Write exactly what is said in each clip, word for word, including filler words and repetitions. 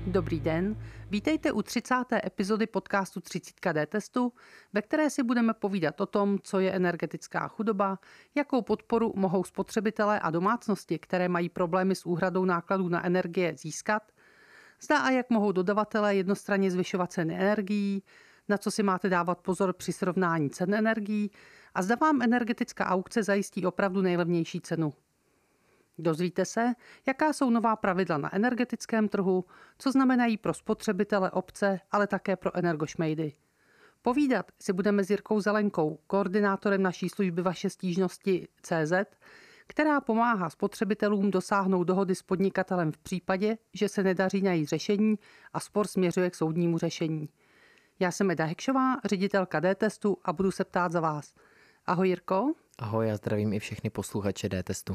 Dobrý den, vítejte u třicáté epizody podcastu třicet dé testu, ve které si budeme povídat o tom, co je energetická chudoba, jakou podporu mohou spotřebitelé a domácnosti, které mají problémy s úhradou nákladů na energie, získat, zda a jak mohou dodavatelé jednostranně zvyšovat ceny energií, na co si máte dávat pozor při srovnání cen energií a zda vám energetická aukce zajistí opravdu nejlevnější cenu. Dozvíte se, jaká jsou nová pravidla na energetickém trhu, co znamenají pro spotřebitele obce, ale také pro energošmejdy. Povídat si budeme s Jirkou Zelenkou, koordinátorem naší služby Vaše stížnosti tečka cé zet, která pomáhá spotřebitelům dosáhnout dohody s podnikatelem v případě, že se nedaří najít řešení a spor směřuje k soudnímu řešení. Já jsem Eda Hekšová, ředitelka D-testu a budu se ptát za vás. Ahoj Jirko. Ahoj, já zdravím i všechny posluchače D-testu.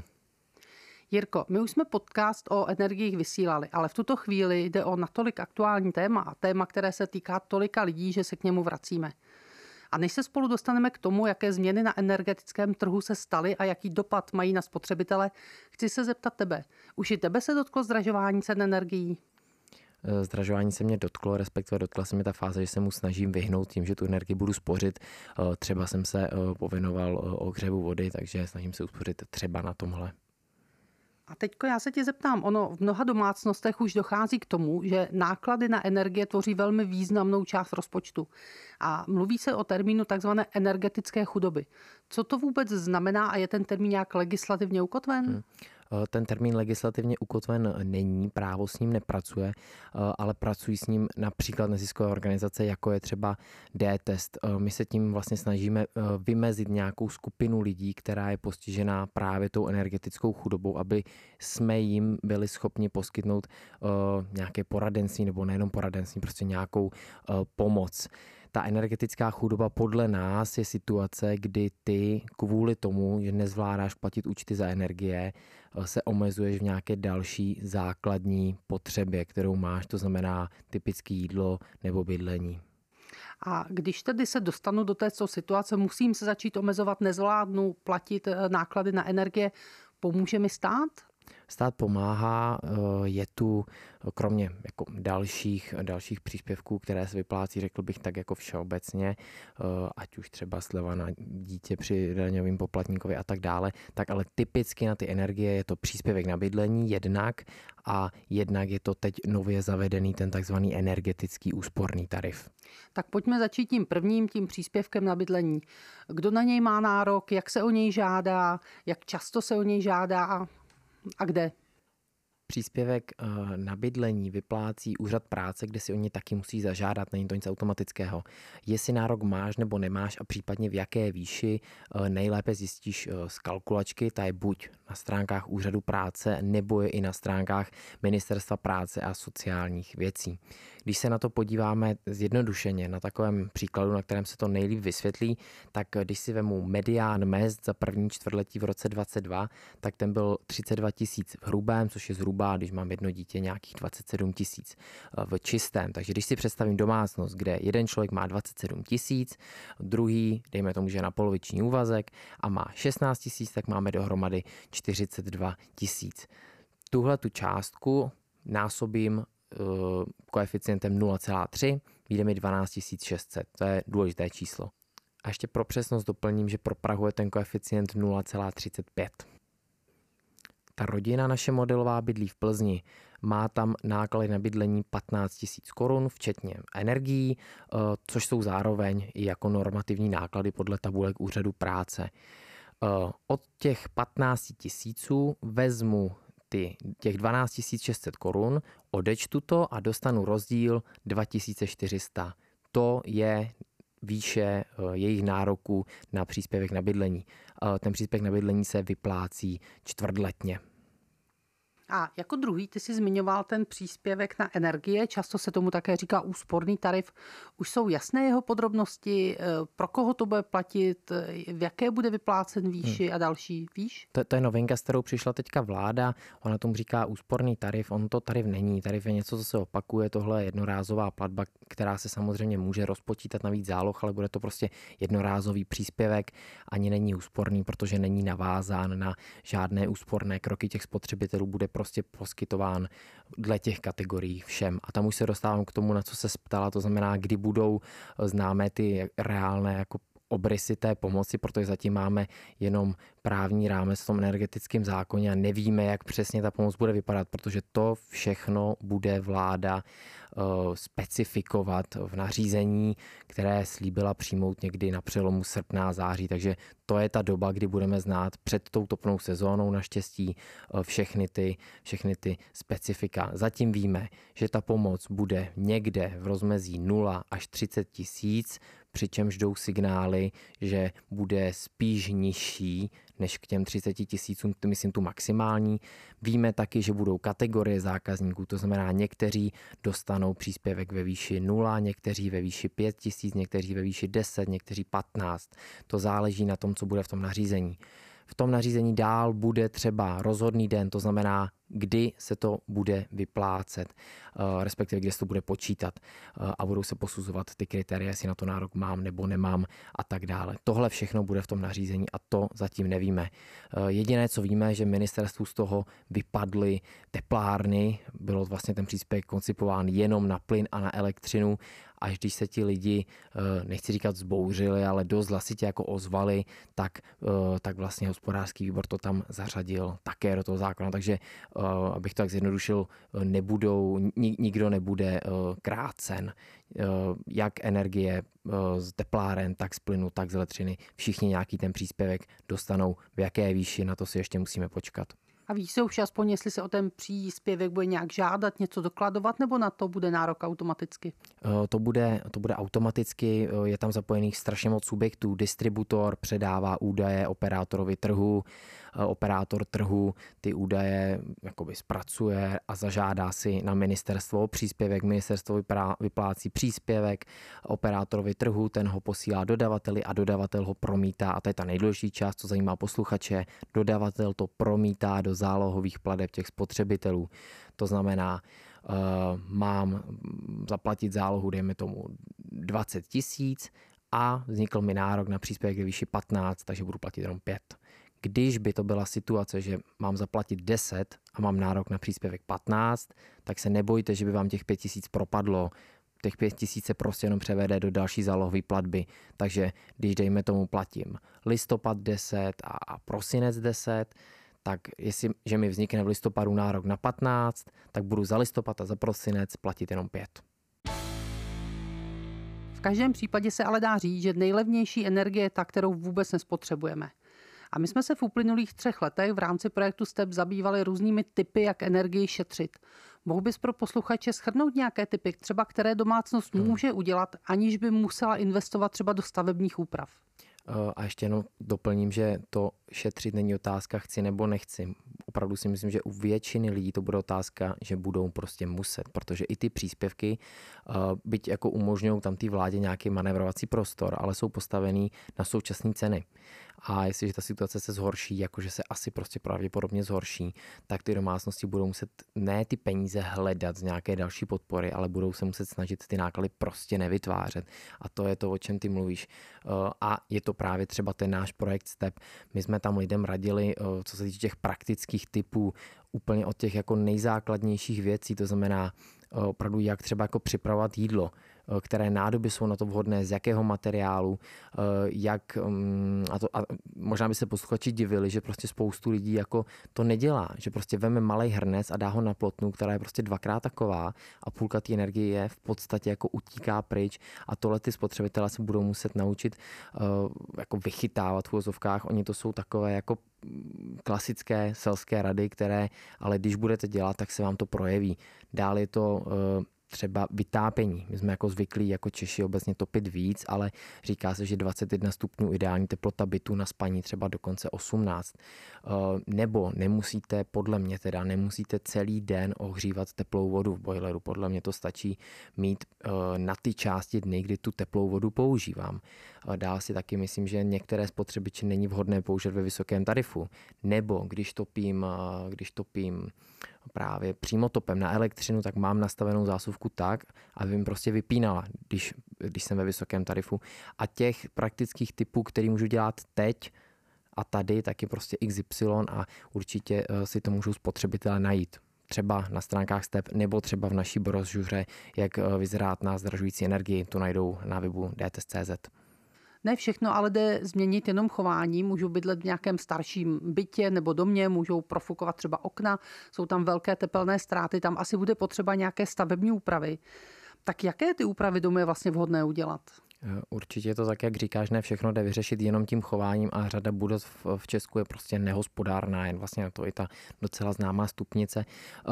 Jirko, my už jsme podcast o energiích vysílali, ale v tuto chvíli jde o natolik aktuální téma a téma, které se týká tolika lidí, že se k němu vracíme. A než se spolu dostaneme k tomu, jaké změny na energetickém trhu se staly a jaký dopad mají na spotřebitele, chci se zeptat tebe. Už i tebe se dotklo zdražování cen energií? Zdražování se mě dotklo, respektive dotkla se mi ta fáze, že se mu snažím vyhnout tím, že tu energii budu spořit. Třeba jsem se pověnoval ohřevu vody, takže snažím se uspořit třeba na tomhle. A teďko já se tě zeptám, ono v mnoha domácnostech už dochází k tomu, že náklady na energie tvoří velmi významnou část rozpočtu. A mluví se o termínu takzvané energetické chudoby. Co to vůbec znamená a je ten termín nějak legislativně ukotven? Hmm. Ten termín legislativně ukotven není, právo s ním nepracuje, ale pracují s ním například neziskové organizace, jako je třeba D-test. My se tím vlastně snažíme vymezit nějakou skupinu lidí, která je postižená právě tou energetickou chudobou, aby jsme jim byli schopni poskytnout nějaké poradenství, nebo nejenom poradenství, prostě nějakou pomoc. Ta energetická chudoba podle nás je situace, kdy ty kvůli tomu, že nezvládáš platit účty za energie, se omezuješ v nějaké další základní potřebě, kterou máš, to znamená typické jídlo nebo bydlení. A když tedy se dostanu do této situace, musím se začít omezovat, nezvládnu platit náklady na energie, pomůže mi stát? Stát pomáhá, je tu kromě jako dalších, dalších příspěvků, které se vyplácí, řekl bych tak jako všeobecně, ať už třeba sleva na dítě při daňovým poplatníkovi a tak dále, tak ale typicky na ty energie je to příspěvek na bydlení jednak a jednak je to teď nově zavedený ten takzvaný energetický úsporný tarif. Tak pojďme začít tím prvním, tím příspěvkem na bydlení. Kdo na něj má nárok, jak se o něj žádá, jak často se o něj žádá a kde? Příspěvek na bydlení vyplácí úřad práce, kde si o ně taky musí zažádat, není to nic automatického. Jestli nárok máš nebo nemáš a případně v jaké výši, nejlépe zjistíš z kalkulačky, ta je buď na stránkách úřadu práce nebo je i na stránkách Ministerstva práce a sociálních věcí. Když se na to podíváme zjednodušeně, na takovém příkladu, na kterém se to nejlíp vysvětlí, tak když si vemu medián mezd za první čtvrtletí v roce dvacet dva, tak ten byl třicet dva tisíc v hrubém, což je zhruba, když mám jedno dítě, nějakých dvacet sedm tisíc v čistém. Takže když si představím domácnost, kde jeden člověk má dvacet sedm tisíc, druhý, dejme tomu, že na poloviční úvazek a má šestnáct tisíc, tak máme dohromady čtyřicet dva tisíc. Tuhle tu částku násobím uh, koeficientem nula celá tři, vyjde mi dvanáct tisíc šest set. To je důležité číslo. A ještě pro přesnost doplním, že pro Prahu je ten koeficient nula celá třicet pět. Ta rodina naše modelová bydlí v Plzni, má tam náklady na bydlení patnáct tisíc korun, včetně energií, což jsou zároveň i jako normativní náklady podle tabulek úřadu práce. Od těch patnáct tisíců vezmu ty, těch dvanáct tisíc šest set korun, odečtu to a dostanu rozdíl dva tisíce čtyři sta. To je výše jejich nároků na příspěvek na bydlení. Ten příspěvek na bydlení se vyplácí čtvrtletně. A jako druhý, ty jsi zmiňoval ten příspěvek na energie, často se tomu také říká úsporný tarif. Už jsou jasné jeho podrobnosti, pro koho to bude platit, v jaké bude vyplácen výši hmm. a další, víš? To, to je novinka, s kterou přišla teďka vláda, ona tomu říká úsporný tarif, on to tarif není, tarif je něco, co se opakuje, tohle je jednorázová platba, která se samozřejmě může rozpočítat na víc záloh, ale bude to prostě jednorázový příspěvek, ani není úsporný, protože není navázán na žádné úsporné kroky těch spotřebitelů, bude prostě poskytován dle těch kategorií všem. A tam už se dostávám k tomu, na co se ptala, to znamená, kdy budou známé ty reálné jako obrysy té pomoci, protože zatím máme jenom právní rámec v tom energetickém zákoně a nevíme, jak přesně ta pomoc bude vypadat, protože to všechno bude vláda uh, specifikovat v nařízení, které slíbila přijmout někdy na přelomu srpna a září. Takže to je ta doba, kdy budeme znát před tou topnou sezónou naštěstí uh, všechny ty, všechny ty specifika. Zatím víme, že ta pomoc bude někde v rozmezí nula až třicet tisíc, přičemž jdou signály, že bude spíš nižší než k těm třiceti tisícům, myslím tu maximální. Víme taky, že budou kategorie zákazníků, to znamená někteří dostanou příspěvek ve výši nula, někteří ve výši pět tisíc, někteří ve výši deset, někteří patnáct. To záleží na tom, co bude v tom nařízení. V tom nařízení dál bude třeba rozhodný den, to znamená, kdy se to bude vyplácet, respektive kdy se to bude počítat a budou se posuzovat ty kritéria, jestli na to nárok mám nebo nemám a tak dále. Tohle všechno bude v tom nařízení a to zatím nevíme. Jediné, co víme, že ministerstvu z toho vypadly teplárny, bylo vlastně ten příspěvek koncipován jenom na plyn a na elektřinu, až když se ti lidi, nechci říkat zbouřili, ale dost hlasitě jako ozvali, tak, tak vlastně hospodářský výbor to tam zařadil také do toho zákona. Takže abych to tak zjednodušil, nebudou, nikdo nebude krácen. Jak energie z tepláren, tak z plynu, tak z elektřiny. Všichni nějaký ten příspěvek dostanou. V jaké výši, na to si ještě musíme počkat. A ví se už aspoň, jestli se o ten příspěvek bude nějak žádat, něco dokladovat, nebo na to bude nárok automaticky? To bude, to bude automaticky, je tam zapojených strašně moc subjektů. Distributor předává údaje operátorovi trhu, operátor trhu ty údaje jakoby zpracuje a zažádá si na ministerstvo o příspěvek. Ministerstvo vyplácí příspěvek operátorovi trhu, ten ho posílá dodavateli a dodavatel ho promítá. A to je ta nejdůležitější část, co zajímá posluchače. Dodavatel to promítá do zálohových plateb těch spotřebitelů. To znamená, uh, mám zaplatit zálohu, dejme tomu dvacet tisíc a vznikl mi nárok na příspěvek ve výši patnáct, takže budu platit jenom pět. Když by to byla situace, že mám zaplatit deset a mám nárok na příspěvek patnáct, tak se nebojte, že by vám těch pět tisíc propadlo. Těch pět tisíc se prostě jenom převede do další zálohové platby. Takže když dejme tomu platím listopad deset a, a prosinec deset, tak jestli, že mi vznikne v listopadu nárok na patnáct, tak budu za listopad a za prosinec platit jenom pět. V každém případě se ale dá říct, že nejlevnější energie je ta, kterou vůbec nespotřebujeme. A my jsme se v uplynulých třech letech v rámci projektu STEP zabývali různými typy, jak energii šetřit. Mohl bys pro posluchače shrnout nějaké typy, třeba které domácnost může udělat, aniž by musela investovat třeba do stavebních úprav? A ještě jenom doplním, že to šetřit není otázka chci nebo nechci. Opravdu si myslím, že u většiny lidí to bude otázka, že budou prostě muset, protože i ty příspěvky, byť jako umožňují tam té vládě nějaký manévrovací prostor, ale jsou postavený na současné ceny. A jestliže ta situace se zhorší, jakože se asi prostě pravděpodobně zhorší, tak ty domácnosti budou muset ne ty peníze hledat z nějaké další podpory, ale budou se muset snažit ty náklady prostě nevytvářet. A to je to, o čem ty mluvíš. A je to právě třeba ten náš projekt STEP. My jsme tam lidem radili, co se týče těch praktických typů, úplně od těch jako nejzákladnějších věcí, to znamená opravdu jak třeba jako připravovat jídlo, které nádoby jsou na to vhodné, z jakého materiálu, jak, a, to, a možná by se posluchači divili, že prostě spoustu lidí jako to nedělá, že prostě veme malej hrnec a dá ho na plotnu, která je prostě dvakrát taková a půlka té energie je v podstatě jako utíká pryč a tohle ty spotřebitelé se budou muset naučit jako vychytávat v uvozovkách. Oni to jsou takové jako klasické selské rady, které, ale když budete dělat, tak se vám to projeví. Dál je to třeba vytápění. My jsme jako zvyklí jako Češi obecně topit víc, ale říká se, že dvacet jedna stupňů ideální teplota bytu na spaní třeba dokonce osmnáct. Nebo nemusíte, podle mě teda, nemusíte celý den ohřívat teplou vodu v bojleru. Podle mě to stačí mít na ty části dny, kdy tu teplou vodu používám. Dál si taky myslím, že některé spotřebiče není vhodné použít ve vysokém tarifu. Nebo když topím, když topím právě přímo topem na elektřinu, tak mám nastavenou zásuvku tak, aby jim prostě vypínala, když, když jsem ve vysokém tarifu. A těch praktických typů, který můžu dělat teď A tady taky prostě iks ypsilon a určitě si to můžou spotřebitelé najít. Třeba na stránkách Step nebo třeba v naší brožuře, jak vyzerá na zdražující energii, tu najdou na webu D T S tečka C Z. Ne všechno ale jde změnit jenom chování. Můžou bydlet v nějakém starším bytě nebo domě, můžou profukovat třeba okna, jsou tam velké tepelné ztráty, tam asi bude potřeba nějaké stavební úpravy. Tak jaké ty úpravy domu je vlastně vhodné udělat? Určitě je to tak, jak říkáš, ne všechno jde vyřešit jenom tím chováním a řada budov v Česku je prostě nehospodárná, jen vlastně na to i ta docela známá stupnice.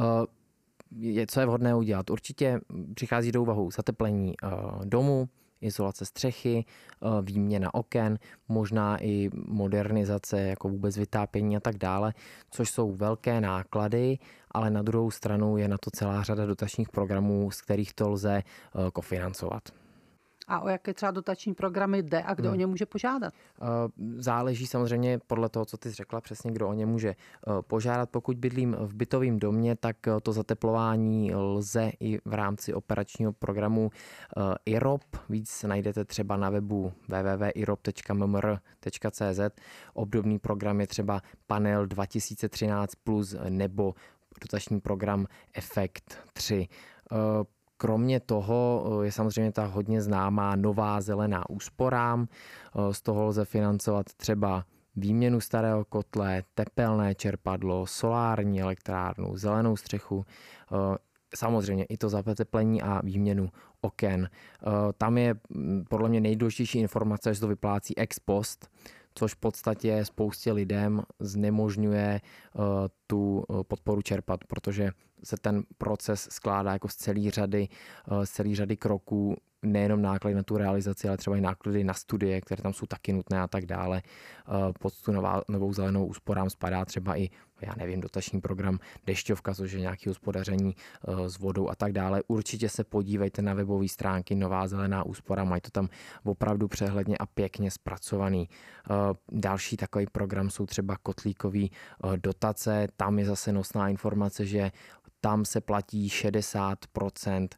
Je, co je vhodné udělat? Určitě přichází do úvahu zateplení domu, izolace střechy, výměna oken, možná i modernizace, jako vůbec vytápění a tak dále, což jsou velké náklady, ale na druhou stranu je na to celá řada dotačních programů, z kterých to lze kofinancovat. A o jaké třeba dotační programy jde a kdo hmm. o ně může požádat? Záleží samozřejmě podle toho, co ty jsi řekla přesně, kdo o ně může požádat. Pokud bydlím v bytovém domě, tak to zateplování lze i v rámci operačního programu I R O P. Víc najdete třeba na webu w w w tečka i r o p tečka m m r tečka c z. Obdobný program je třeba Panel dva tisíce třináct plus nebo dotační program Efekt tři. Kromě toho je samozřejmě ta hodně známá nová zelená úsporám. Z toho lze financovat třeba výměnu starého kotle, tepelné čerpadlo, solární elektrárnu, zelenou střechu, samozřejmě i to zateplení a výměnu oken. Tam je podle mě nejdůležitější informace, že to vyplácí ex post, což v podstatě spoustě lidem znemožňuje tu podporu čerpat, protože se ten proces skládá jako z celé řady, z celé řady kroků, nejenom náklady na tu realizaci, ale třeba i náklady na studie, které tam jsou taky nutné a tak dále. Pod tu nová, novou zelenou úsporám spadá třeba i, já nevím, dotační program Dešťovka, což je nějaké hospodaření s vodou a tak dále. Určitě se podívejte na webové stránky Nová zelená úspora, mají to tam opravdu přehledně a pěkně zpracovaný. Další takový program jsou třeba kotlíkové dotace, tam je zase nosná informace, že tam se platí šedesát procent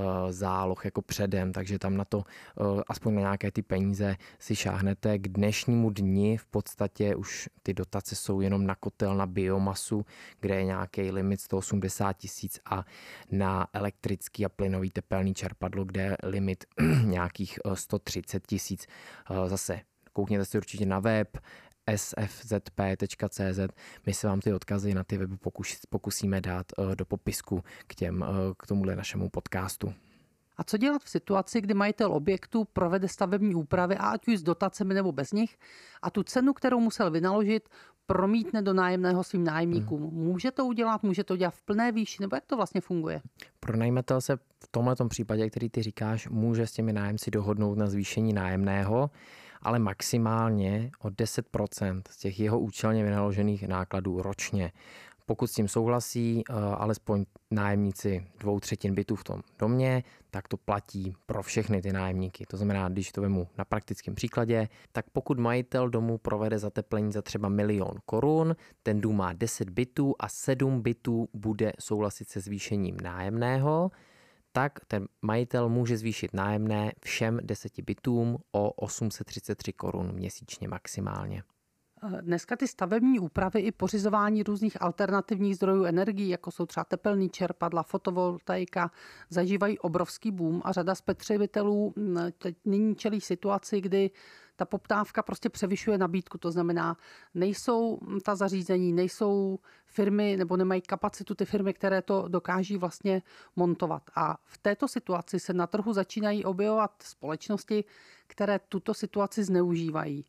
záloh jako předem, takže tam na to aspoň na nějaké ty peníze si šáhnete. K dnešnímu dni v podstatě už ty dotace jsou jenom na kotel na biomasu, kde je nějaký limit sto osmdesát tisíc a na elektrický a plynový tepelný čerpadlo, kde je limit nějakých sto třicet tisíc. Zase koukněte si určitě na web s f z p tečka c z. My se vám ty odkazy na ty weby pokus, pokusíme dát do popisku k, těm, k tomuhle našemu podcastu. A co dělat v situaci, kdy majitel objektu provede stavební úpravy, a ať už s dotacemi nebo bez nich, a tu cenu, kterou musel vynaložit, promítne do nájemného svým nájemníkům? Hmm. Může to udělat, může to udělat v plné výši, nebo jak to vlastně funguje? Pronajímatel se v tomhletom případě, který ty říkáš, může s těmi nájemci dohodnout na zvýšení nájemného, ale maximálně o deset procent z těch jeho účelně vynaložených nákladů ročně. Pokud s tím souhlasí alespoň nájemníci dvou třetin bytů v tom domě, tak to platí pro všechny ty nájemníky. To znamená, když to vemu na praktickém příkladě, tak pokud majitel domu provede zateplení za třeba milion korun, ten dům má deset bytů a sedm bytů bude souhlasit se zvýšením nájemného, tak ten majitel může zvýšit nájemné všem deseti bytům o osm set třicet tři korun měsíčně maximálně. Dneska ty stavební úpravy i pořizování různých alternativních zdrojů energií, jako jsou třeba tepelný čerpadla, fotovoltaika, zažívají obrovský boom a řada spotřebitelů teď nyní čelí situaci, kdy ta poptávka prostě převyšuje nabídku. To znamená, nejsou ta zařízení, nejsou firmy nebo nemají kapacitu ty firmy, které to dokáží vlastně montovat. A v této situaci se na trhu začínají objevovat společnosti, které tuto situaci zneužívají.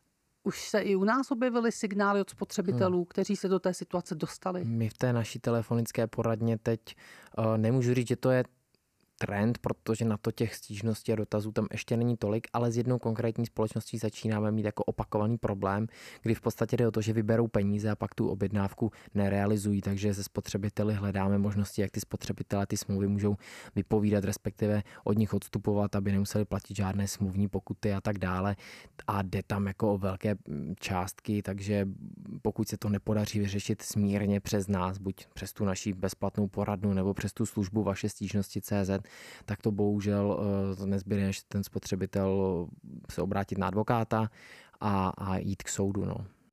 Už se i u nás objevily signály od spotřebitelů, hmm. kteří se do té situace dostali. My v té naší telefonické poradně teď uh, nemůžu říct, že to je trend, protože na to těch stížností a dotazů tam ještě není tolik, ale s jednou konkrétní společností začínáme mít jako opakovaný problém, kdy v podstatě jde o to, že vyberou peníze a pak tu objednávku nerealizují, takže se spotřebiteli hledáme možnosti, jak ty spotřebitelé ty smlouvy můžou vypovídat, respektive od nich odstupovat, aby nemuseli platit žádné smluvní pokuty a tak dále. A jde tam jako o velké částky, takže pokud se to nepodaří vyřešit smírně přes nás, buď přes tu naší bezplatnou poradnu nebo přes tu službu vaše stížnosti tečka cé zet, tak to bohužel to nezbyde, než ten spotřebitel se obrátit na advokáta a, a jít k soudu. No.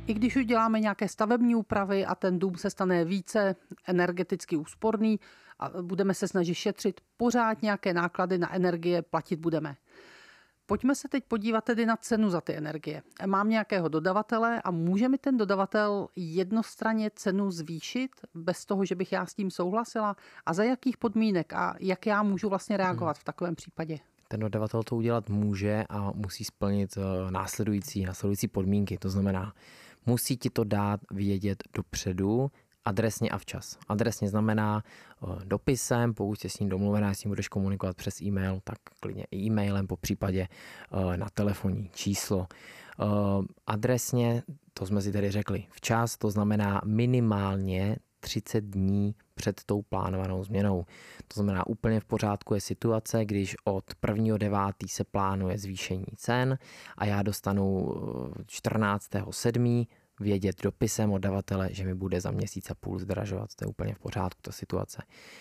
I když uděláme nějaké stavební úpravy a ten dům se stane více energeticky úsporný a budeme se snažit šetřit, pořád nějaké náklady na energie platit budeme. Pojďme se teď podívat tedy na cenu za ty energie. Mám nějakého dodavatele a může mi ten dodavatel jednostranně cenu zvýšit bez toho, že bych já s tím souhlasila? A za jakých podmínek a jak já můžu vlastně reagovat v takovém případě? Ten dodavatel to udělat může a musí splnit následující, následující podmínky. To znamená, musí ti to dát vědět dopředu, adresně a včas. Adresně znamená dopisem, pokud jsi s ním domluvená, s ním budeš komunikovat přes e-mail, tak klidně i e-mailem, po případě na telefonní číslo. Adresně, to jsme si tady řekli, včas, to znamená minimálně třicet dní před tou plánovanou změnou. To znamená, úplně v pořádku je situace, když od prvního devátého se plánuje zvýšení cen a já dostanu čtrnáctého sedmého vědět dopisem od davatele, že mi bude za měsíc a půl zdražovat. To je úplně v pořádku ta situace.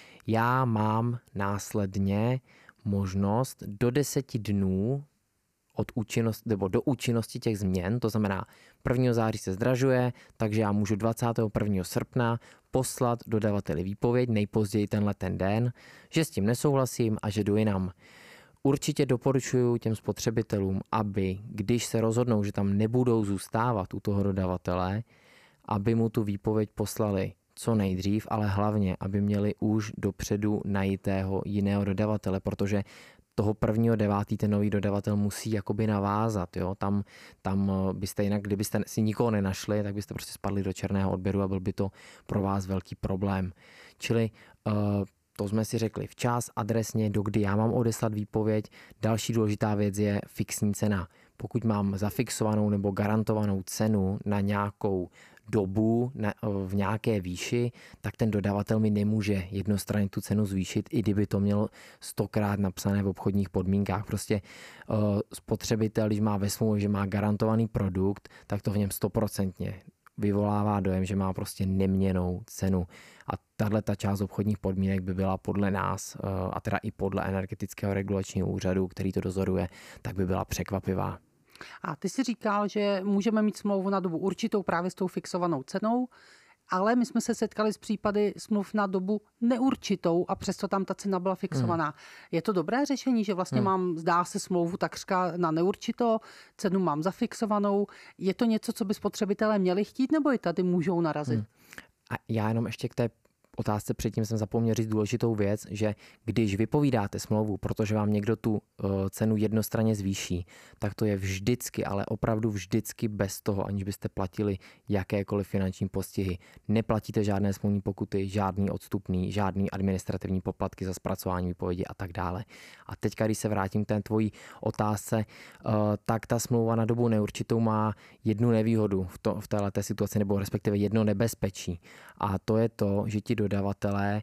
Já mám následně možnost do deseti dnů od účinnosti, nebo do účinnosti těch změn, to znamená prvního září se zdražuje, takže já můžu dvacátého prvního srpna poslat dodavateli výpověď, nejpozději tenhle ten den, že s tím nesouhlasím a že jdu jinam. Určitě doporučuji těm spotřebitelům, aby, když se rozhodnou, že tam nebudou zůstávat u toho dodavatele, aby mu tu výpověď poslali co nejdřív, ale hlavně, aby měli už dopředu najitého jiného dodavatele, protože toho prvního devátý ten nový dodavatel musí jakoby navázat. Jo? Tam, tam byste jinak, kdybyste si nikoho nenašli, tak byste prostě spadli do černého odběru a byl by to pro vás velký problém. Čili uh, to jsme si řekli včas, adresně, dokdy já mám odeslat výpověď. Další důležitá věc je fixní cena. Pokud mám zafixovanou nebo garantovanou cenu na nějakou dobu na, v nějaké výši, tak ten dodavatel mi nemůže jednostranně tu cenu zvýšit, i kdyby to mělo stokrát napsané v obchodních podmínkách. Prostě uh, spotřebitel, když má ve smlouvě, že má garantovaný produkt, tak to v něm stoprocentně vyvolává dojem, že má prostě neměnnou cenu. A tahle ta část obchodních podmínek by byla podle nás, a teda i podle Energetického regulačního úřadu, který to dozoruje, tak by byla překvapivá. A ty jsi říkal, že můžeme mít smlouvu na dobu určitou právě s tou fixovanou cenou, ale my jsme se setkali s případy smluv na dobu neurčitou a přesto tam ta cena byla fixovaná. Hmm. Je to dobré řešení, že vlastně hmm. mám, zdá se, smlouvu takřka na neurčito, cenu mám zafixovanou. Je to něco, co by spotřebitelé měli chtít, nebo i tady můžou narazit? Hmm. A já jenom ještě k té otázce předtím jsem zapomněl říct důležitou věc, že když vypovídáte smlouvu, protože vám někdo tu uh, cenu jednostranně zvýší, tak to je vždycky, ale opravdu vždycky bez toho, aniž byste platili jakékoliv finanční postihy. Neplatíte žádné smluvní pokuty, žádný odstupný, žádný administrativní poplatky za zpracování výpovědi a tak dále. A teďka, když se vrátím k té tvojí otázce, uh, tak ta smlouva na dobu neurčitou má jednu nevýhodu v, to, v této situaci, nebo respektive jedno nebezpečí. A to je to, že ti dodavatelé,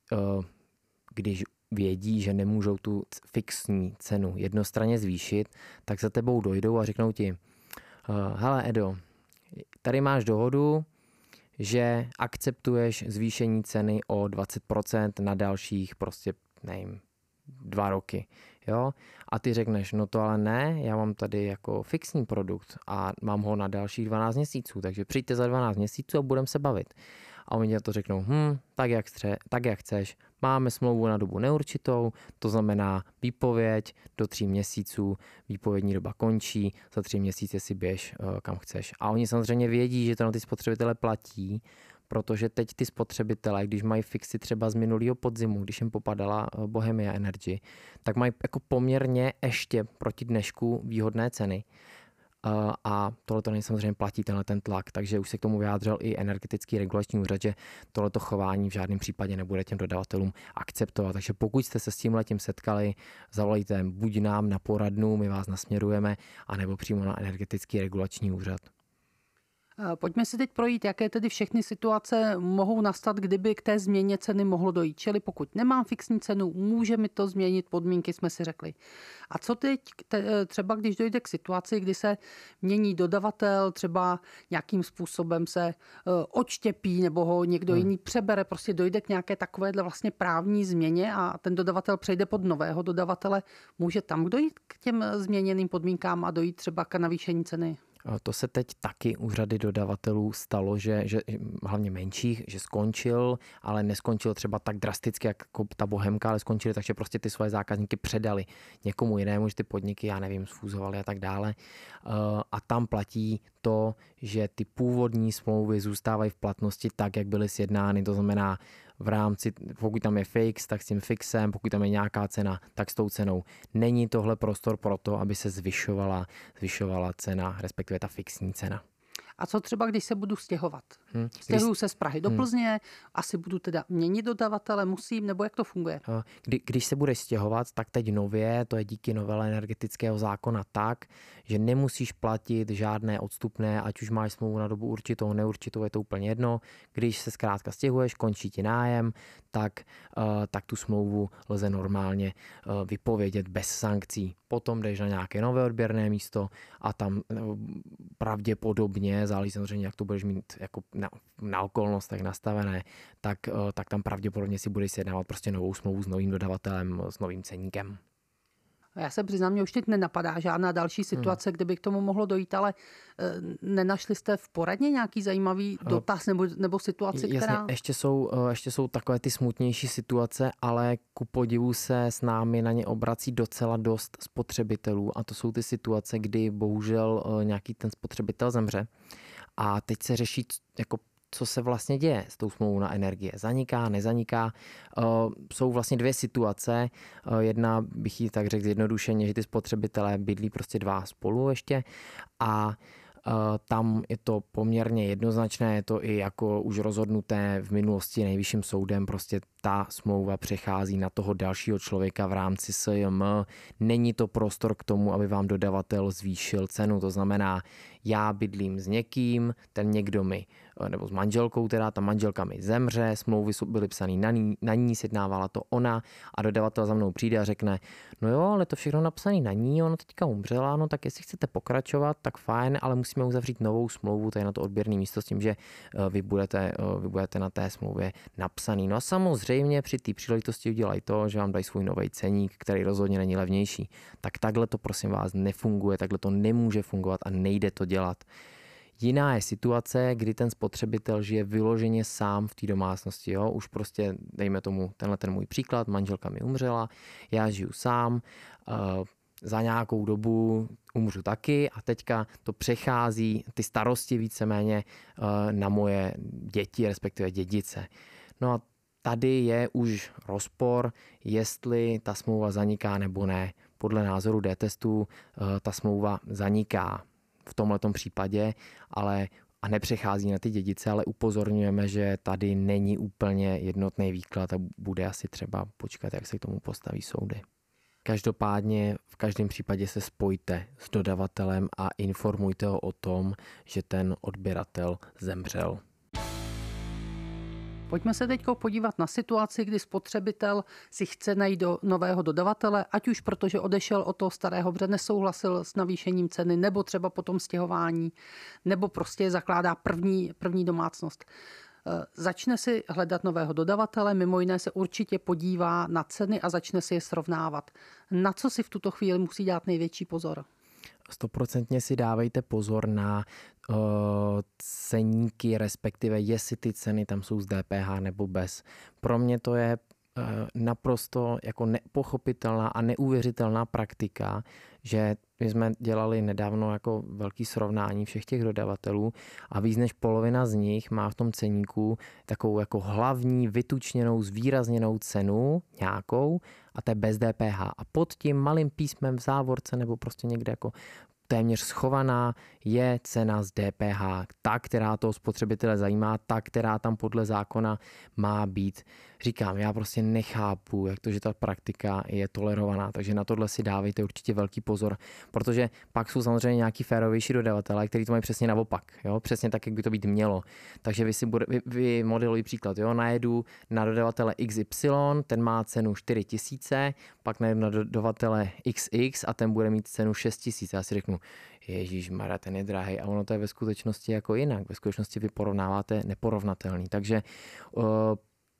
když vědí, že nemůžou tu fixní cenu jednostranně zvýšit, tak za tebou dojdou a řeknou ti, hele Edo, tady máš dohodu, že akceptuješ zvýšení ceny o dvacet procent na dalších prostě, nevím, dva roky. Jo? A ty řekneš, no to ale ne, já mám tady jako fixní produkt a mám ho na dalších dvanáct měsíců, takže přijďte za dvanáct měsíců a budeme se bavit. A oni to řeknou, hm, tak jak, stře, tak jak chceš, máme smlouvu na dobu neurčitou, to znamená výpověď do tří měsíců, výpovědní doba končí, za tři měsíce si běž kam chceš. A oni samozřejmě vědí, že to na ty spotřebitele platí, protože teď ty spotřebitelé, když mají fixy třeba z minulého podzimu, když jim popadala Bohemia Energy, tak mají jako poměrně ještě proti dnešku výhodné ceny. A tohle to samozřejmě platí tenhle ten tlak, takže už se k tomu vyjádřil i Energetický regulační úřad, že tohleto chování v žádném případě nebude těm dodavatelům akceptovat. Takže pokud jste se s tímhletím setkali, zavolejte buď nám na poradnu, my vás nasměrujeme, anebo přímo na Energetický regulační úřad. Pojďme si teď projít, jaké tedy všechny situace mohou nastat, kdyby k té změně ceny mohlo dojít. Čili pokud nemám fixní cenu, může mi to změnit podmínky, jsme si řekli. A co teď třeba, když dojde k situaci, kdy se mění dodavatel, třeba nějakým způsobem se odštěpí nebo ho někdo hmm. jiný přebere, prostě dojde k nějaké takovéhle vlastně právní změně a ten dodavatel přejde pod nového dodavatele, může tam dojít k těm změněným podmínkám a dojít třeba k navýšení ceny? To se teď taky u řady dodavatelů stalo, že, že hlavně menších, že skončil, ale neskončil třeba tak drasticky, jako ta Bohemka, ale skončili, takže prostě ty svoje zákazníky předali někomu jinému, že ty podniky, já nevím, sfúzovaly a tak dále. A tam platí to, že ty původní smlouvy zůstávají v platnosti tak, jak byly sjednány, to znamená v rámci, pokud tam je fix, tak s tím fixem, pokud tam je nějaká cena, tak s tou cenou. Není tohle prostor pro to, aby se zvyšovala, zvyšovala cena, respektive ta fixní cena. A co třeba, když se budu stěhovat? Hmm. Stěhuju když... se z Prahy do hmm. Plzně, asi budu teda měnit dodavatele, musím, nebo jak to funguje? Kdy, když se budeš stěhovat, tak teď nově, to je díky novele energetického zákona tak, že nemusíš platit žádné odstupné, ať už máš smlouvu na dobu určitou, neurčitou, je to úplně jedno. Když se zkrátka stěhuješ, končí ti nájem, tak, uh, tak tu smlouvu lze normálně uh, vypovědět bez sankcí. Potom jdeš na nějaké nové odběrné místo a tam uh, pravděpodobně, záleží samozřejmě, jak to budeš mít jako na, na okolnostech nastavené, tak, uh, tak tam pravděpodobně si budeš sjednávat prostě novou smlouvu s novým dodavatelem, s novým ceníkem. Já se přiznám, mě už teď nenapadá žádná další situace, hmm. kde by k tomu mohlo dojít, ale e, nenašli jste v poradně nějaký zajímavý dotaz nebo, nebo situaci, Jasně, která... ještě jsou, ještě jsou takové ty smutnější situace, ale ku podivu se s námi na ně obrací docela dost spotřebitelů a to jsou ty situace, kdy bohužel nějaký ten spotřebitel zemře a teď se řeší jako co se vlastně děje s tou smlouvou na energie. Zaniká, nezaniká. Jsou vlastně dvě situace. Jedna bych ji tak řekl zjednodušeně, že ty spotřebitelé bydlí prostě dva spolu ještě a tam je to poměrně jednoznačné, je to i jako už rozhodnuté v minulosti nejvyšším soudem, prostě ta smlouva přechází na toho dalšího člověka v rámci S J M. Není to prostor k tomu, aby vám dodavatel zvýšil cenu, to znamená, já bydlím s někým, ten někdo mi, nebo s manželkou, teda ta manželka mi zemře, smlouvy byly psané na ní, na ní, sjednávala to ona a dodavatel za mnou přijde a řekne, no jo, ale to všechno napsané na ní, ona teďka umřela, no tak jestli chcete pokračovat, tak fajn, ale musíme uzavřít novou smlouvu, tady na to odběrné místo s tím, že vy budete, vy budete na té smlouvě napsaný. No a samozřejmě při té příležitosti udělají to, že vám dají svůj nový ceník, který rozhodně není levnější. Tak takhle to prosím vás nefunguje, takhle to nemůže fungovat a nejde to dělat. Jiná je situace, kdy ten spotřebitel žije vyloženě sám v té domácnosti. Jo? Už prostě, dejme tomu tenhle ten můj příklad, manželka mi umřela, já žiju sám, uh, za nějakou dobu umřu taky a teďka to přechází, ty starosti víceméně uh, na moje děti, respektive dědice. No a tady je už rozpor, jestli ta smlouva zaniká nebo ne. Podle názoru D-testů uh, ta smlouva zaniká v tomhletom případě, ale a nepřechází na ty dědice, ale upozorňujeme, že tady není úplně jednotný výklad a bude asi třeba počkat, jak se k tomu postaví soudy. Každopádně v každém případě se spojte s dodavatelem a informujte ho o tom, že ten odběratel zemřel. Pojďme se teď podívat na situaci, kdy spotřebitel si chce najít do nového dodavatele, ať už protože odešel od toho starého, protože nesouhlasil s navýšením ceny, nebo třeba po tom stěhování, nebo prostě zakládá první, první domácnost. Začne si hledat nového dodavatele, mimo jiné se určitě podívá na ceny a začne si je srovnávat. Na co si v tuto chvíli musí dát největší pozor? Stoprocentně si dávejte pozor na uh, ceníky, respektive jestli ty ceny tam jsou z D P H nebo bez. Pro mě to je uh, naprosto jako nepochopitelná a neuvěřitelná praktika, že my jsme dělali nedávno jako velký srovnání všech těch dodavatelů a víc než polovina z nich má v tom ceníku takovou jako hlavní vytučněnou, zvýrazněnou cenu nějakou a to je bez D P H. A pod tím malým písmem v závorce nebo prostě někde jako téměř schovaná je cena z D P H, ta, která toho spotřebitele zajímá, ta, která tam podle zákona má být. Říkám, já prostě nechápu, jak to, že ta praktika je tolerovaná, takže na tohle si dávejte určitě velký pozor, protože pak jsou samozřejmě nějaký férovější dodavatelé, kteří to mají přesně naopak, jo? Přesně tak, jak by to být mělo. Takže vy si bude, vy, vy modelový příklad, jo? Najedu na dodavatele X Y, ten má cenu čtyři tisíce, pak najedu na dodavatele X X a ten bude mít cenu šest tisíc. Já si řeknu, ježišmarja, ten je drahý a ono to je ve skutečnosti jako jinak. Ve skutečnosti vy porovnáváte neporovnatelný. Takže uh,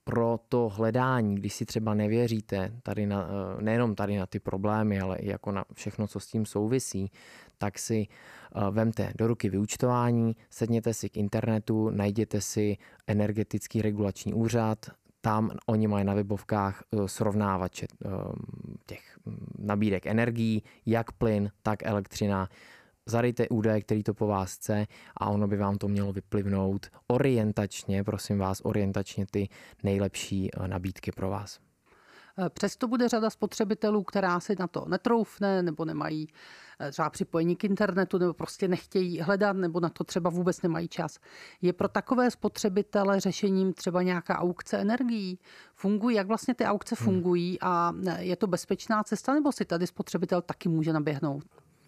pro to hledání, když si třeba nevěříte tady na, nejenom tady na ty problémy, ale i jako na všechno, co s tím souvisí, tak si vemte do ruky vyúčtování, sedněte si k internetu, najděte si energetický regulační úřad, tam oni mají na webovkách srovnávače těch nabídek energií, jak plyn, tak elektřina. Zadejte údaje, který to po vás chce a ono by vám to mělo vyplivnout orientačně, prosím vás, orientačně ty nejlepší nabídky pro vás. Přesto bude řada spotřebitelů, která si na to netroufne nebo nemají třeba připojení k internetu nebo prostě nechtějí hledat nebo na to třeba vůbec nemají čas. Je pro takové spotřebitele řešením třeba nějaká aukce energií? Fungují, jak vlastně ty aukce fungují a je to bezpečná cesta nebo si tady spotřebitel taky může naběhnout?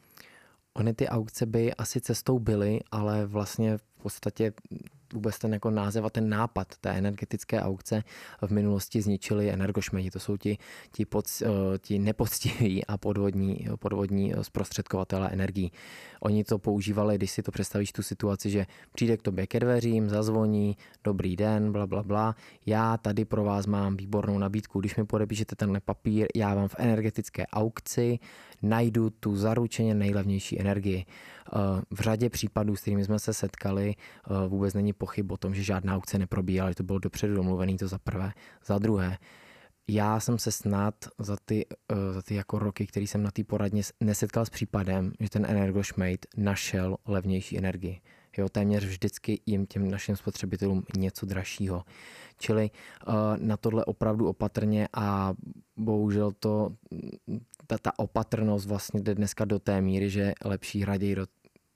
Ony ty aukce by asi cestou byly, ale vlastně v podstatě vůbec ten jako název a ten nápad té energetické aukce v minulosti zničili energošmedi. To jsou ti, ti, pod, ti nepoctiví a podvodní, podvodní zprostředkovatelé energií. Oni to používali, když si to představíš tu situaci, že přijde k tobě ke dveřím, zazvoní, dobrý den, bla, bla, bla. Já tady pro vás mám výbornou nabídku. Když mi podepíšete tenhle papír, já vám v energetické aukci najdu tu zaručeně nejlevnější energii. V řadě případů, s kterými jsme se setkali, vůbec není pochyb o tom, že žádná aukce neprobíhala, že to bylo dopředu domluvené, to za prvé. Za druhé, já jsem se snad za ty, za ty jako roky, který jsem na té poradně nesetkal s případem, že ten energošmejd našel levnější energii. Jo, téměř vždycky jim těm našim spotřebitelům něco dražšího. Čili uh, na tohle opravdu opatrně a bohužel to, ta, ta opatrnost vlastně jde dneska do té míry, že lepší raději do,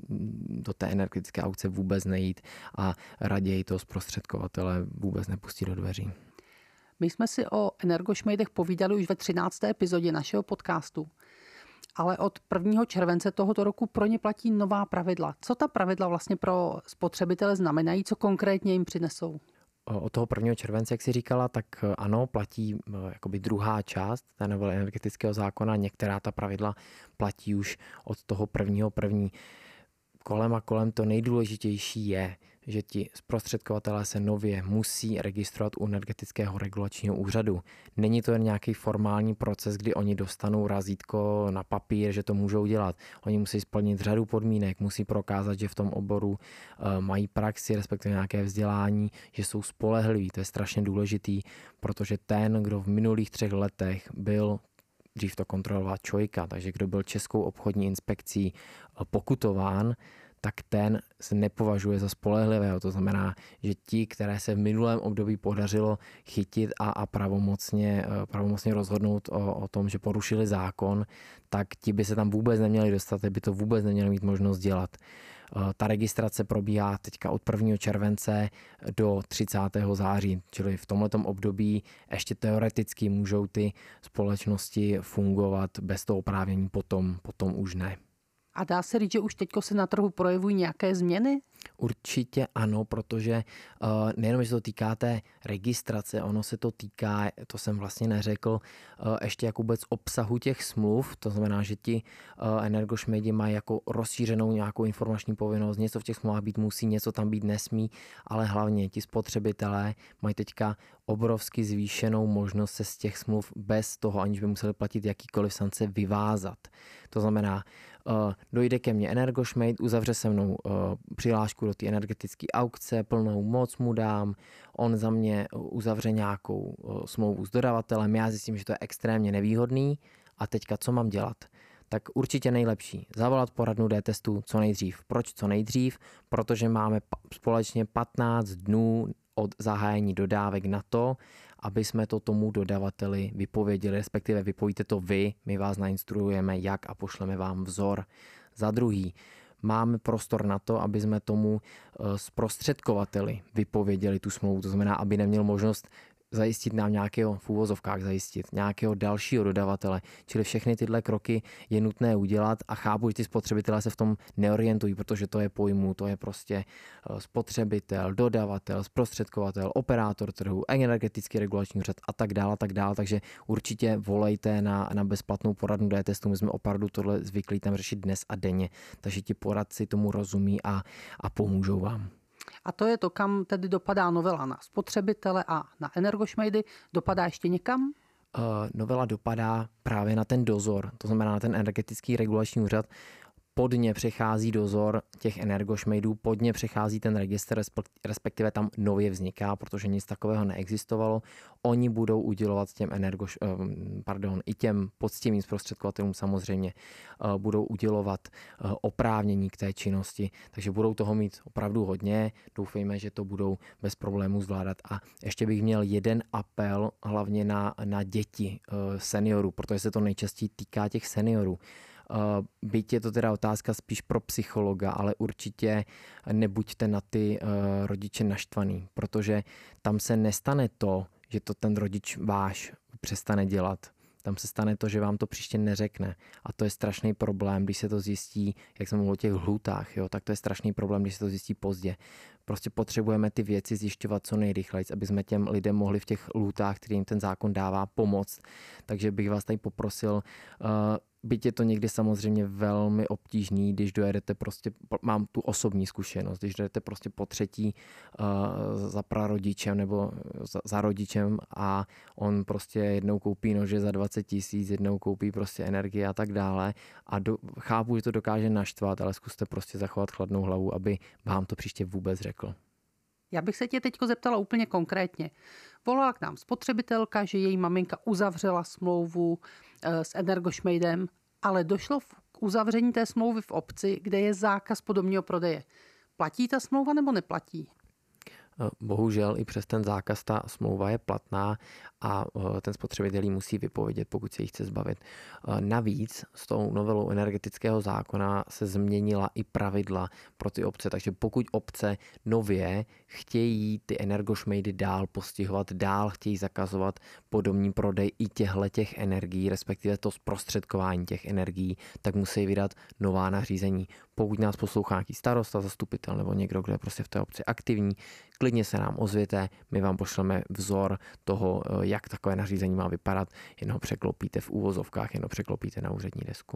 do té energetické aukce vůbec nejít a raději to zprostředkovatele vůbec nepustí do dveří. My jsme si o energošmejdech povídali už ve třinácté epizodě našeho podcastu. Ale od prvního července tohoto roku pro ně platí nová pravidla. Co ta pravidla vlastně pro spotřebitele znamenají, co konkrétně jim přinesou? Od toho prvního července, jak jsi říkala, tak ano, platí jakoby druhá část té novely energetického zákona. Některá ta pravidla platí už od toho prvního první. Kolem a kolem to nejdůležitější je, že ti zprostředkovatelé se nově musí registrovat u energetického regulačního úřadu. Není to jen nějaký formální proces, kdy oni dostanou razítko na papír, že to můžou dělat. Oni musí splnit řadu podmínek, musí prokázat, že v tom oboru mají praxi, respektive nějaké vzdělání, že jsou spolehliví. To je strašně důležitý, protože ten, kdo v minulých třech letech byl, dřív to kontrolovala ČOIka, takže kdo byl Českou obchodní inspekcí pokutován, tak ten se nepovažuje za spolehlivého. To znamená, že ti, které se v minulém období podařilo chytit a, a pravomocně, pravomocně rozhodnout o, o tom, že porušili zákon, tak ti by se tam vůbec neměli dostat, by to vůbec neměli mít možnost dělat. Ta registrace probíhá teďka od prvního července do třicátého září, čili v tomhletom období ještě teoreticky můžou ty společnosti fungovat bez toho oprávnění, potom, potom už ne. A dá se říct, že už teďko se na trhu projevují nějaké změny? Určitě ano, protože uh, nejenom, že se to týká té registrace, ono se to týká, to jsem vlastně neřekl, uh, ještě jako vůbec obsahu těch smluv, to znamená, že ti uh, energošmedi mají jako rozšířenou nějakou informační povinnost, něco v těch smlouvách být musí, něco tam být nesmí, ale hlavně ti spotřebitelé mají teďka obrovsky zvýšenou možnost se z těch smluv bez toho, aniž by museli platit jakýkoliv sankce, vyvázat. To znamená, Uh, dojde ke mně energošmejd, uzavře se mnou uh, přihlášku do té energetické aukce, plnou moc mu dám, on za mě uzavře nějakou uh, smlouvu s dodavatelem, já zjistím, že to je extrémně nevýhodný a teďka co mám dělat? Tak určitě nejlepší zavolat poradnu D-testu co nejdřív. Proč co nejdřív? Protože máme pa- společně patnáct dnů od zahájení dodávek na to, aby jsme to tomu dodavateli vypověděli, respektive vypovíte to vy, my vás nainstruujeme, jak a pošleme vám vzor. Za druhý, máme prostor na to, aby jsme tomu zprostředkovateli vypověděli tu smlouvu, to znamená, aby neměl možnost zajistit nám nějakého, v úvozovkách zajistit, nějakého dalšího dodavatele. Čili všechny tyhle kroky je nutné udělat a chápu, že ty spotřebitelé se v tom neorientují, protože to je pojmu, to je prostě spotřebitel, dodavatel, zprostředkovatel, operátor trhu, energetický regulační úřad a tak dále, tak dále. Takže určitě volejte na, na bezplatnou poradnu D-testu. My jsme opravdu tohle zvyklí tam řešit dnes a denně, takže ti poradci tomu rozumí a, a pomůžou vám. A to je to, kam tedy dopadá novela na spotřebitele a na energošmejdy. Dopadá ještě někam? Uh, novela dopadá právě na ten dozor, to znamená na ten energetický regulační úřad. Pod ně přechází dozor těch energošmejdů, pod ně přechází ten registr, respektive tam nově vzniká, protože nic takového neexistovalo. Oni budou udělovat těm energoš, pardon, i těm poctivým zprostředkovatelům samozřejmě budou udělovat oprávnění k té činnosti, takže budou toho mít opravdu hodně. Doufejme, že to budou bez problémů zvládat. A ještě bych měl jeden apel hlavně na, na děti seniorů, protože se to nejčastěji týká těch seniorů. Byť je to teda otázka spíš pro psychologa, ale určitě nebuďte na ty rodiče naštvaný, protože tam se nestane to, že to ten rodič váš přestane dělat. Tam se stane to, že vám to příště neřekne. A to je strašný problém, když se to zjistí, jak jsem mluvil o těch lhůtách, jo, tak to je strašný problém, když se to zjistí pozdě. Prostě potřebujeme ty věci zjišťovat co nejrychleji, aby jsme těm lidem mohli v těch lhůtách, který jim ten zákon dává, pomoct. Takže bych vás tady poprosil, uh, byť je to někdy samozřejmě velmi obtížný, když dojedete prostě, mám tu osobní zkušenost, když dojedete prostě po třetí uh, za prarodičem nebo za, za rodičem a on prostě jednou koupí nože za dvacet tisíc, jednou koupí prostě energie a tak dále a do, chápu, že to dokáže naštvat, ale zkuste prostě zachovat chladnou hlavu, aby vám to příště vůbec řekl. Já bych se tě teďko zeptala úplně konkrétně. Volala k nám spotřebitelka, že její maminka uzavřela smlouvu s Energošmejdem, ale došlo k uzavření té smlouvy v obci, kde je zákaz podomního prodeje. Platí ta smlouva nebo neplatí? Bohužel i přes ten zákaz ta smlouva je platná a ten spotřebitel ji musí vypovědět, pokud se jí chce zbavit. Navíc s tou novelou energetického zákona se změnila i pravidla pro ty obce, takže pokud obce nově chtějí ty energošmejdy dál postihovat, dál chtějí zakazovat podomní prodej i těchhletěch energií, respektive to zprostředkování těch energií, tak musí vydat nová nařízení. Pokud nás poslouchá nějaký starosta, zastupitel nebo někdo, kdo je prostě v té obci aktivní, klidně se nám ozvěte, my vám pošleme vzor toho, jak takové nařízení má vypadat, jen ho překlopíte v úvozovkách, jen ho překlopíte na úřední desku.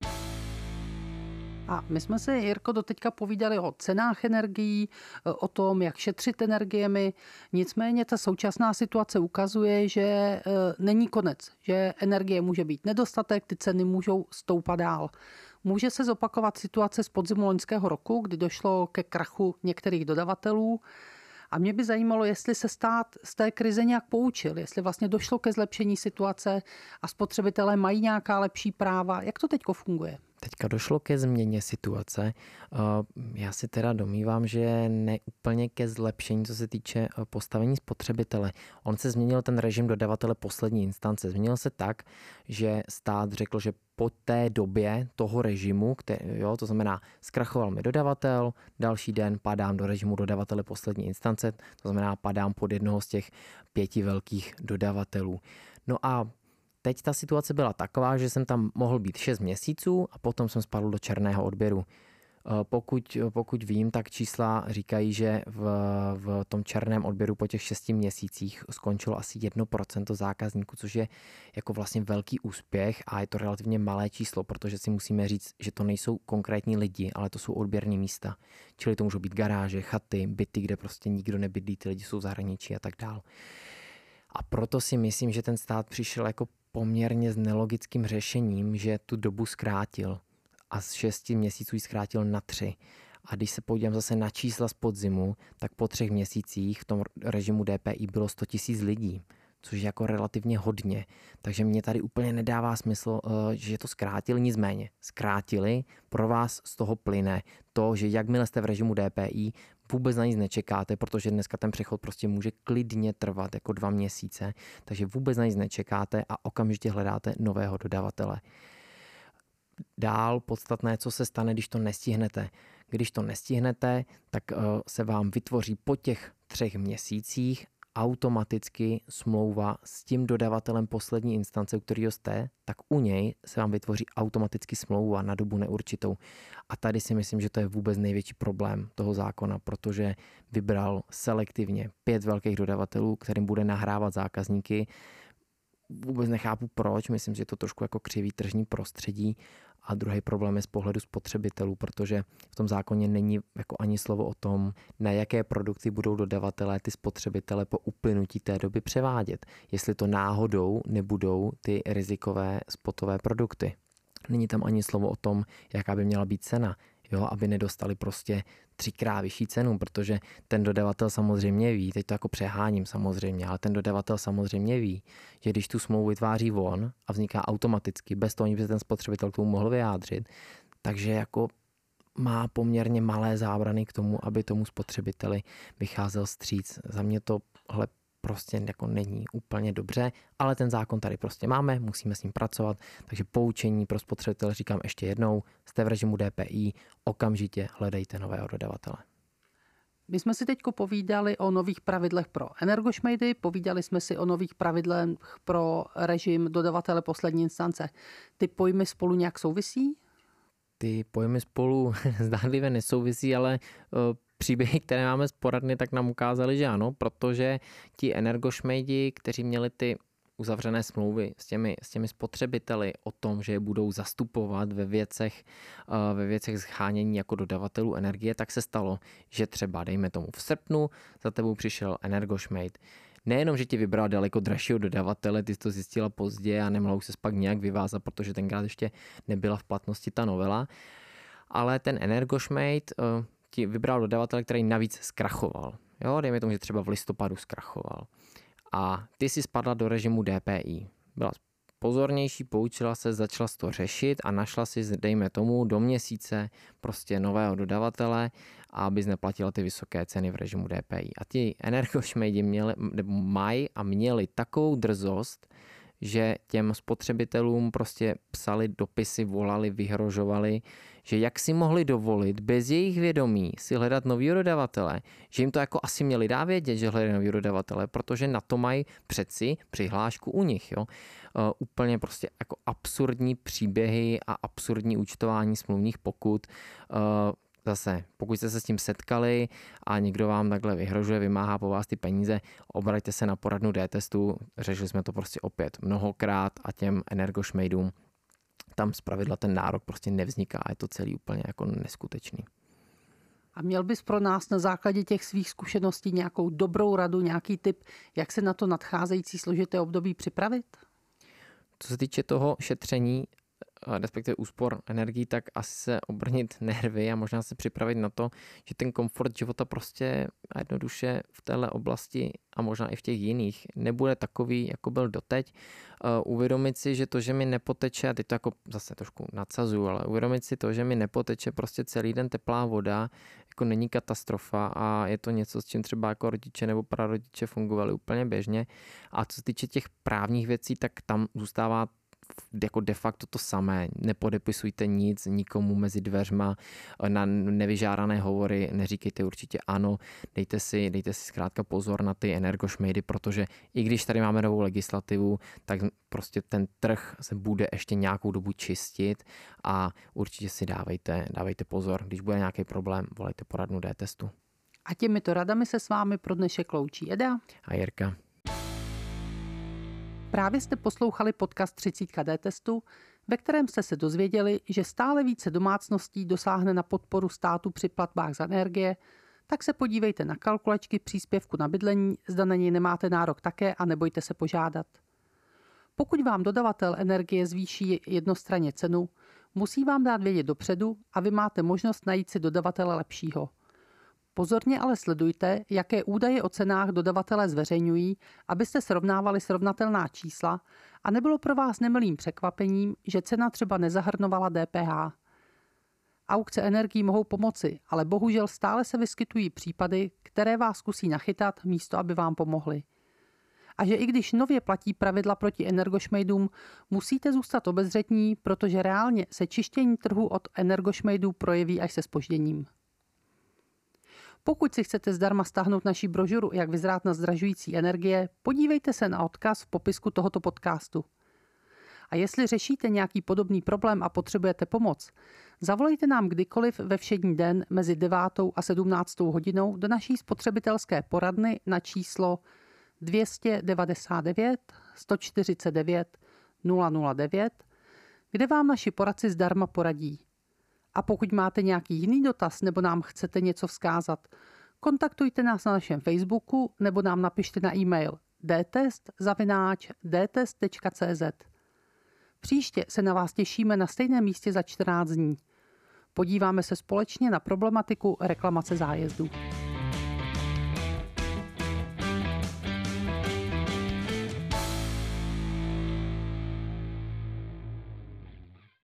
A my jsme si, Jirko, doteďka povídali o cenách energií, o tom, jak šetřit energiemi. Nicméně ta současná situace ukazuje, že není konec, že energie může být nedostatek, ty ceny můžou stoupat dál. Může se zopakovat situace z podzimu loňského roku, kdy došlo ke krachu některých dodavatelů. A mě by zajímalo, jestli se stát z té krize nějak poučil, jestli vlastně došlo ke zlepšení situace a spotřebitelé mají nějaká lepší práva. Jak to teďko funguje? Teďka došlo ke změně situace. Já si teda domnívám, že ne úplně ke zlepšení, co se týče postavení spotřebitele. On se změnil ten režim dodavatele poslední instance. Změnil se tak, že stát řekl, že po té době toho režimu, který, jo, to znamená, zkrachoval mi dodavatel, další den padám do režimu dodavatele poslední instance, to znamená, padám pod jednoho z těch pěti velkých dodavatelů. No a teď ta situace byla taková, že jsem tam mohl být šest měsíců a potom jsem spadl do černého odběru. Pokud, pokud vím, tak čísla říkají, že v, v tom černém odběru po těch šesti měsících skončilo asi jedno procento zákazníků, což je jako vlastně velký úspěch a je to relativně malé číslo, protože si musíme říct, že to nejsou konkrétní lidi, ale to jsou odběrné místa. Čili to můžou být garáže, chaty, byty, kde prostě nikdo nebydlí, ty lidi jsou v zahraničí a tak dál. A proto si myslím, že ten stát přišel jako poměrně s nelogickým řešením, že tu dobu zkrátil a z šesti měsíců ji zkrátil na tři. A když se podívám zase na čísla z podzimu, tak po třech měsících v tom režimu D P I bylo sto tisíc lidí, což je jako relativně hodně. Takže mě tady úplně nedává smysl, že to zkrátili, nicméně zkrátili, pro vás z toho plyne to, že jakmile jste v režimu D P I, vůbec na nic nečekáte, protože dneska ten přechod prostě může klidně trvat jako dva měsíce, takže vůbec na nic nečekáte a okamžitě hledáte nového dodavatele. Dál podstatné, co se stane, když to nestihnete. Když to nestihnete, tak se vám vytvoří po těch třech měsících automaticky smlouva s tím dodavatelem poslední instance, u kterého jste, tak u něj se vám vytvoří automaticky smlouva na dobu neurčitou. A tady si myslím, že to je vůbec největší problém toho zákona, protože vybral selektivně pět velkých dodavatelů, kterým bude nahrávat zákazníky. Vůbec nechápu proč, myslím, že je to trošku jako křivý tržní prostředí A druhý problém je z pohledu spotřebitelů, protože v tom zákoně není jako ani slovo o tom, na jaké produkty budou dodavatelé ty spotřebitele po uplynutí té doby převádět. Jestli to náhodou nebudou ty rizikové spotové produkty. Není tam ani slovo o tom, jaká by měla být cena, jo, aby nedostali prostě třikrát vyšší cenu, protože ten dodavatel samozřejmě ví, teď to jako přeháním samozřejmě, ale ten dodavatel samozřejmě ví, že když tu smlouvu vytváří on a vzniká automaticky, bez toho, aby se ten spotřebitel k tomu mohl vyjádřit, takže jako má poměrně malé zábrany k tomu, aby tomu spotřebiteli vycházel vstříc. Za mě tohle prostě jako není úplně dobře, ale ten zákon tady prostě máme, musíme s ním pracovat, takže poučení pro spotřebitele říkám ještě jednou, jste v režimu D P I, okamžitě hledejte nového dodavatele. My jsme si teď povídali o nových pravidlech pro energošmejdy, povídali jsme si o nových pravidlech pro režim dodavatele poslední instance. Ty pojmy spolu nějak souvisí? Ty pojmy spolu zdánlivě nesouvisí, ale uh, příběhy, které máme z poradny, tak nám ukázaly, že ano, protože ti energošmejdi, kteří měli ty uzavřené smlouvy s těmi, s těmi spotřebiteli o tom, že je budou zastupovat ve věcech, uh, ve věcech schánění jako dodavatelů energie, tak se stalo, že třeba, dejme tomu v srpnu, za tebou přišel energošmejd. Nejenom, že ti vybral daleko dražšího dodavatele, ty jsi to zjistila pozdě a nemohla už se pak nějak vyvázat, protože tenkrát ještě nebyla v platnosti ta novela, ale ten energošmejd uh, ti vybral dodavatele, který navíc zkrachoval. Jo, dejme tomu, že třeba v listopadu zkrachoval. A ty si spadla do režimu D P I. Byla pozornější, poučila se, začala to řešit a našla si, dejme tomu, do měsíce prostě nového dodavatele, abys neplatila ty vysoké ceny v režimu D P I. A ti energošmejdi měli, nebo mají a měli takovou drzost, že těm spotřebitelům prostě psali dopisy, volali, vyhrožovali, že jak si mohli dovolit bez jejich vědomí si hledat nový dodavatele, že jim to jako asi měli dát vědět, že hledají nový dodavatele, protože na to mají přeci přihlášku u nich. Jo? Uh, úplně prostě jako absurdní příběhy a absurdní účtování smluvních pokut. Uh, Zase, pokud jste se s tím setkali a někdo vám takhle vyhrožuje, vymáhá po vás ty peníze, obraťte se na poradnu D-testu, řešili jsme to prostě opět mnohokrát a těm energošmejdům tam zpravidla ten nárok prostě nevzniká a je to celý úplně jako neskutečný. A měl bys pro nás na základě těch svých zkušeností nějakou dobrou radu, nějaký tip, jak se na to nadcházející složité období připravit? Co se týče toho šetření, respektive úspor energií, tak asi se obrnit nervy a možná se připravit na to, že ten komfort života prostě a jednoduše v téhle oblasti a možná i v těch jiných nebude takový, jako byl doteď. Uh, uvědomit si, že to, že mi nepoteče, a teď to jako zase trošku nadsazuju, ale uvědomit si to, že mi nepoteče prostě celý den teplá voda, jako není katastrofa a je to něco, s čím třeba jako rodiče nebo prarodiče fungovali úplně běžně. A co se týče těch právních věcí, tak tam zůstává jako de facto to samé. Nepodepisujte nic nikomu mezi dveřma, na nevyžádané hovory neříkejte určitě ano, dejte si, dejte si zkrátka pozor na ty energošmejdy, protože i když tady máme novou legislativu, tak prostě ten trh se bude ještě nějakou dobu čistit a určitě si dávejte, dávejte pozor. Když bude nějaký problém, volejte poradnu D-testu. A těmito radami se s vámi pro dnešek loučí Eda a Jirka. Právě jste poslouchali podcast třicet D-testu, ve kterém jste se dozvěděli, že stále více domácností dosáhne na podporu státu při platbách za energie, tak se podívejte na kalkulačky příspěvku na bydlení, zda na něj nemáte nárok také a nebojte se požádat. Pokud vám dodavatel energie zvýší jednostranně cenu, musí vám dát vědět dopředu a vy máte možnost najít si dodavatele lepšího. Pozorně ale sledujte, jaké údaje o cenách dodavatelé zveřejňují, abyste srovnávali srovnatelná čísla a nebylo pro vás nemilým překvapením, že cena třeba nezahrnovala D P H. Aukce energií mohou pomoci, ale bohužel stále se vyskytují případy, které vás zkusí nachytat, místo aby vám pomohly. A že i když nově platí pravidla proti energošmejdům, musíte zůstat obezřetní, protože reálně se čištění trhu od energošmejdů projeví až se zpožděním. Pokud si chcete zdarma stáhnout naši brožuru Jak vyzrát na zdražující energie, podívejte se na odkaz v popisku tohoto podcastu. A jestli řešíte nějaký podobný problém a potřebujete pomoc, zavolejte nám kdykoliv ve všední den mezi devátou a sedmnáctou hodinou do naší spotřebitelské poradny na číslo dvě devadesát devět sto čtyřicet devět nula nula devět kde vám naši poradci zdarma poradí. A pokud máte nějaký jiný dotaz nebo nám chcete něco vzkázat, kontaktujte nás na našem Facebooku nebo nám napište na e-mail d test zavináč d test tečka c z. Příště se na vás těšíme na stejném místě za čtrnáct dní. Podíváme se společně na problematiku reklamace zájezdů.